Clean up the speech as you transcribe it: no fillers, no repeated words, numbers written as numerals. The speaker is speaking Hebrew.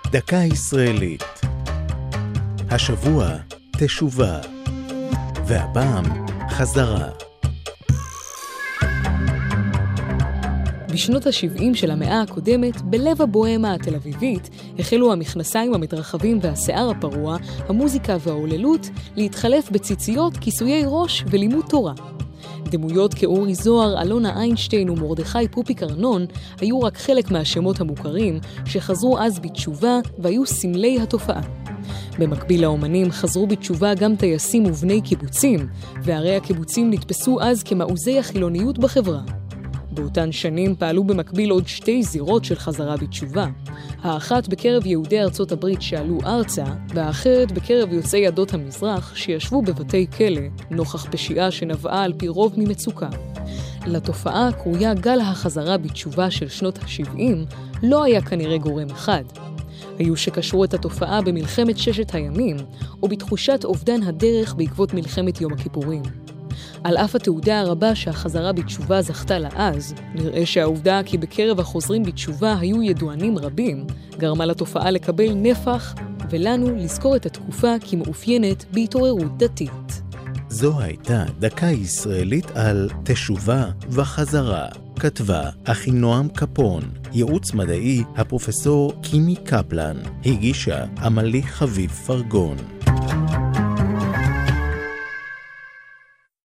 דקה ישראלית. השבוע תשובה, והפעם חזרה. בשנות ה-70 של המאה הקודמת, בלב הבוהמה התל אביבית, החלו המכנסיים המתרחבים והשיער הפרוע, המוזיקה והעוללות, להתחלף בציציות, כיסויי ראש ולימוד תורה. דמויות כאורי זוהר, אלונה איינשטיין ומרדכי פופיק ארנון היו רק חלק מהשמות המוכרים שחזרו אז בתשובה והיו סמלי התופעה. במקביל לאומנים חזרו בתשובה גם טייסים ובני קיבוצים, וערי הקיבוצים נתפסו אז כמעוזי החילוניות בחברה. באותן שנים פעלו במקביל עוד שתי זירות של חזרה בתשובה, האחת בקרב יהודי ארצות הברית שעלו ארצה, והאחרת בקרב יוצאי עדות המזרח שישבו בבתי כלא, נוכח פשיעה שנבעה על פי רוב ממצוקה. לתופעה הקרויה גל החזרה בתשובה של שנות ה-70 לא היה כנראה גורם אחד. היו שקשרו את התופעה במלחמת ששת הימים, או בתחושת אובדן הדרך בעקבות מלחמת יום הכיפורים. על אף התעודה הרבה שהחזרה בתשובה זכתה לה אז, נראה שהעובדה כי בקרב החוזרים בתשובה היו ידוענים רבים, גרמה לתופעה לקבל נפח, ולנו לזכור את התקופה כמאופיינת בהתעוררות דתית. זו הייתה דקה ישראלית על תשובה וחזרה. כתבה אחינועם קפון, ייעוץ מדעי הפרופסור קימי קפלן, הגישה עמלי חביב פרגון.